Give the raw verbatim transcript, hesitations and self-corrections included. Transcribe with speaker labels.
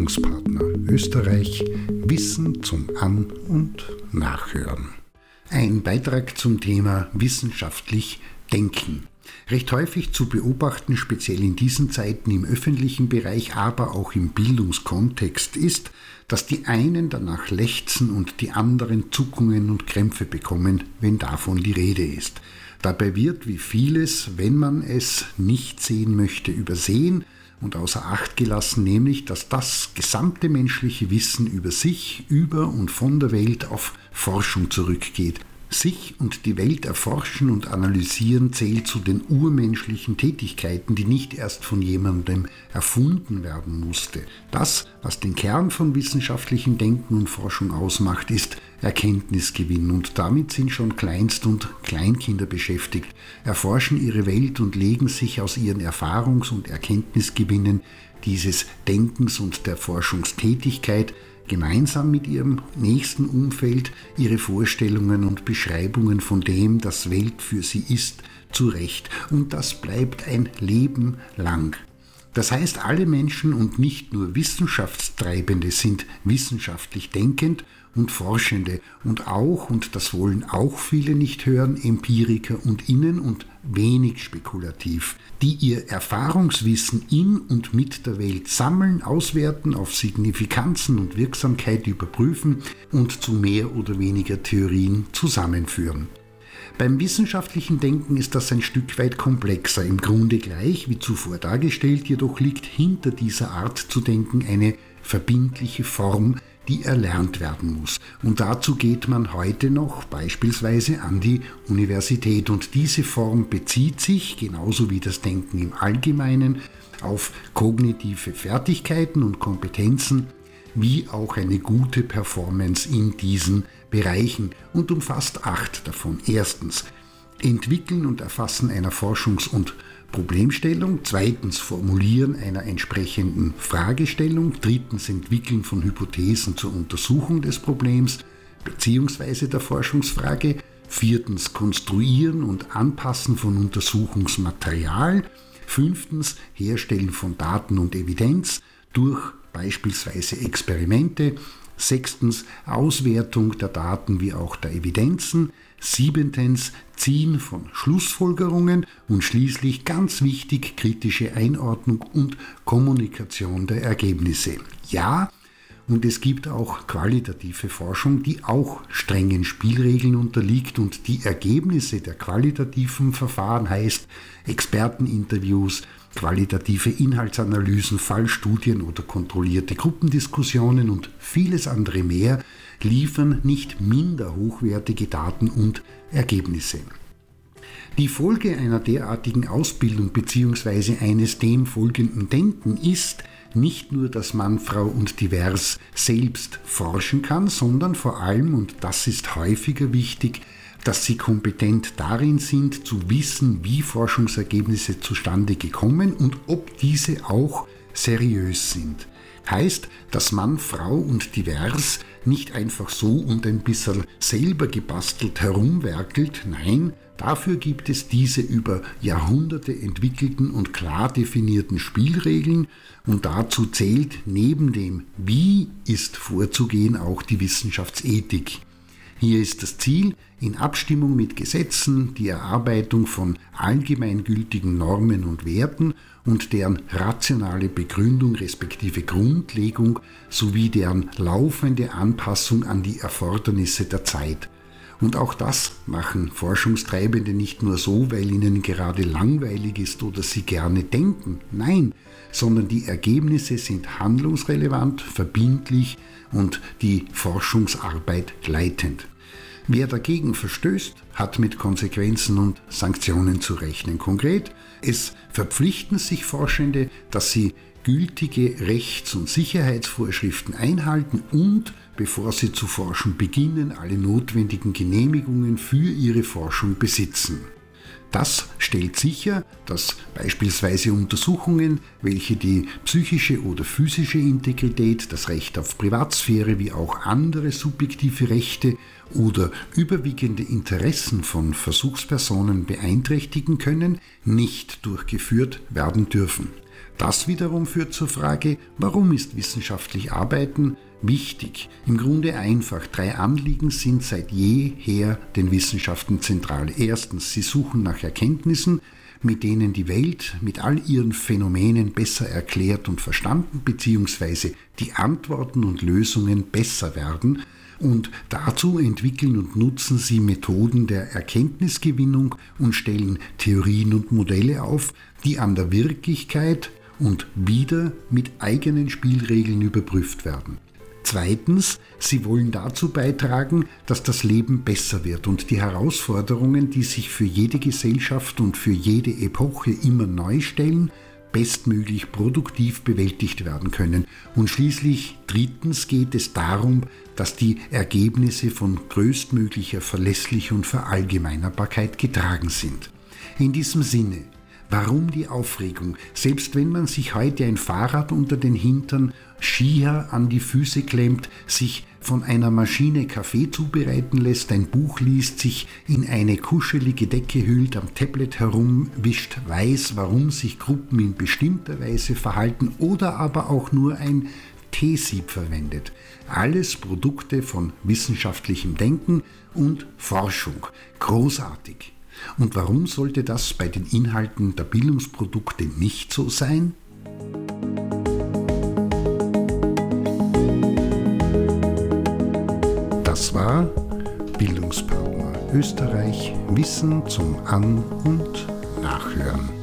Speaker 1: Bildungspartner Österreich Wissen zum An- und Nachhören. Ein Beitrag zum Thema wissenschaftlich Denken. Recht häufig zu beobachten, speziell in diesen Zeiten im öffentlichen Bereich, aber auch im Bildungskontext ist, dass die einen danach lechzen und die anderen Zuckungen und Krämpfe bekommen, wenn davon die Rede ist. Dabei wird wie vieles, wenn man es nicht sehen möchte, übersehen und außer Acht gelassen, nämlich, dass das gesamte menschliche Wissen über sich, über und von der Welt auf Forschung zurückgeht. Sich und die Welt erforschen und analysieren zählt zu den urmenschlichen Tätigkeiten, die nicht erst von jemandem erfunden werden musste. Das, was den Kern von wissenschaftlichem Denken und Forschung ausmacht, ist Erkenntnisgewinn, und damit sind schon Kleinst- und Kleinkinder beschäftigt, erforschen ihre Welt und legen sich aus ihren Erfahrungs- und Erkenntnisgewinnen dieses Denkens und der Forschungstätigkeit gemeinsam mit ihrem nächsten Umfeld ihre Vorstellungen und Beschreibungen von dem, das Welt für sie ist, zurecht. Und das bleibt ein Leben lang. Das heißt, alle Menschen und nicht nur Wissenschaftstreibende sind wissenschaftlich denkend und Forschende und auch, und das wollen auch viele nicht hören, Empiriker und innen und wenig spekulativ, die ihr Erfahrungswissen in und mit der Welt sammeln, auswerten, auf Signifikanzen und Wirksamkeit überprüfen und zu mehr oder weniger Theorien zusammenführen. Beim wissenschaftlichen Denken ist das ein Stück weit komplexer, im Grunde gleich wie zuvor dargestellt, jedoch liegt hinter dieser Art zu denken eine verbindliche Form, die erlernt werden muss. Und dazu geht man heute noch beispielsweise an die Universität. Und diese Form bezieht sich, genauso wie das Denken im Allgemeinen, auf kognitive Fertigkeiten und Kompetenzen, wie auch eine gute Performance in diesen Bereichen und umfasst acht davon. Erstens, Entwickeln und Erfassen einer Forschungs- und Problemstellung. Zweitens, Formulieren einer entsprechenden Fragestellung. Drittens, Entwickeln von Hypothesen zur Untersuchung des Problems bzw. der Forschungsfrage. Viertens, Konstruieren und Anpassen von Untersuchungsmaterial. Fünftens, Herstellen von Daten und Evidenz durch beispielsweise Experimente. Sechstens, Auswertung der Daten wie auch der Evidenzen. Siebentens, Ziehen von Schlussfolgerungen und schließlich ganz wichtig, kritische Einordnung und Kommunikation der Ergebnisse. Ja, und es gibt auch qualitative Forschung, die auch strengen Spielregeln unterliegt, und die Ergebnisse der qualitativen Verfahren heißt Experteninterviews, qualitative Inhaltsanalysen, Fallstudien oder kontrollierte Gruppendiskussionen und vieles andere mehr liefern nicht minder hochwertige Daten und Ergebnisse. Die Folge einer derartigen Ausbildung bzw. eines dem folgenden Denken ist nicht nur, dass man, Frau und divers selbst forschen kann, sondern vor allem, und das ist häufiger wichtig, dass sie kompetent darin sind, zu wissen, wie Forschungsergebnisse zustande gekommen und ob diese auch seriös sind. Heißt, dass Mann, Frau und divers nicht einfach so und ein bisschen selber gebastelt herumwerkelt, nein, dafür gibt es diese über Jahrhunderte entwickelten und klar definierten Spielregeln, und dazu zählt neben dem Wie ist vorzugehen auch die Wissenschaftsethik. Hier ist das Ziel, in Abstimmung mit Gesetzen die Erarbeitung von allgemeingültigen Normen und Werten und deren rationale Begründung respektive Grundlegung sowie deren laufende Anpassung an die Erfordernisse der Zeit. Und auch das machen Forschungstreibende nicht nur so, weil ihnen gerade langweilig ist oder sie gerne denken. Nein, sondern die Ergebnisse sind handlungsrelevant, verbindlich und die Forschungsarbeit leitend. Wer dagegen verstößt, hat mit Konsequenzen und Sanktionen zu rechnen. Konkret, es verpflichten sich Forschende, dass sie gültige Rechts- und Sicherheitsvorschriften einhalten und, bevor sie zu forschen beginnen, alle notwendigen Genehmigungen für ihre Forschung besitzen. Das stellt sicher, dass beispielsweise Untersuchungen, welche die psychische oder physische Integrität, das Recht auf Privatsphäre wie auch andere subjektive Rechte oder überwiegende Interessen von Versuchspersonen beeinträchtigen können, nicht durchgeführt werden dürfen. Das wiederum führt zur Frage, warum ist wissenschaftlich Arbeiten wichtig? Im Grunde einfach. Drei Anliegen sind seit jeher den Wissenschaften zentral. Erstens, sie suchen nach Erkenntnissen, mit denen die Welt mit all ihren Phänomenen besser erklärt und verstanden, beziehungsweise die Antworten und Lösungen besser werden. Und dazu entwickeln und nutzen sie Methoden der Erkenntnisgewinnung und stellen Theorien und Modelle auf, die an der Wirklichkeit und wieder mit eigenen Spielregeln überprüft werden. Zweitens, sie wollen dazu beitragen, dass das Leben besser wird und die Herausforderungen, die sich für jede Gesellschaft und für jede Epoche immer neu stellen, bestmöglich produktiv bewältigt werden können. Und schließlich drittens geht es darum, dass die Ergebnisse von größtmöglicher Verlässlichkeit und Verallgemeinerbarkeit getragen sind. In diesem Sinne, warum die Aufregung? Selbst wenn man sich heute ein Fahrrad unter den Hintern, Skier an die Füße klemmt, sich von einer Maschine Kaffee zubereiten lässt, ein Buch liest, sich in eine kuschelige Decke hüllt, am Tablet herumwischt, weiß, warum sich Gruppen in bestimmter Weise verhalten oder aber auch nur ein Teesieb verwendet. Alles Produkte von wissenschaftlichem Denken und Forschung. Großartig. Und warum sollte das bei den Inhalten der Bildungsprodukte nicht so sein? Das war Bildungspartner Österreich, Wissen zum An- und Nachhören.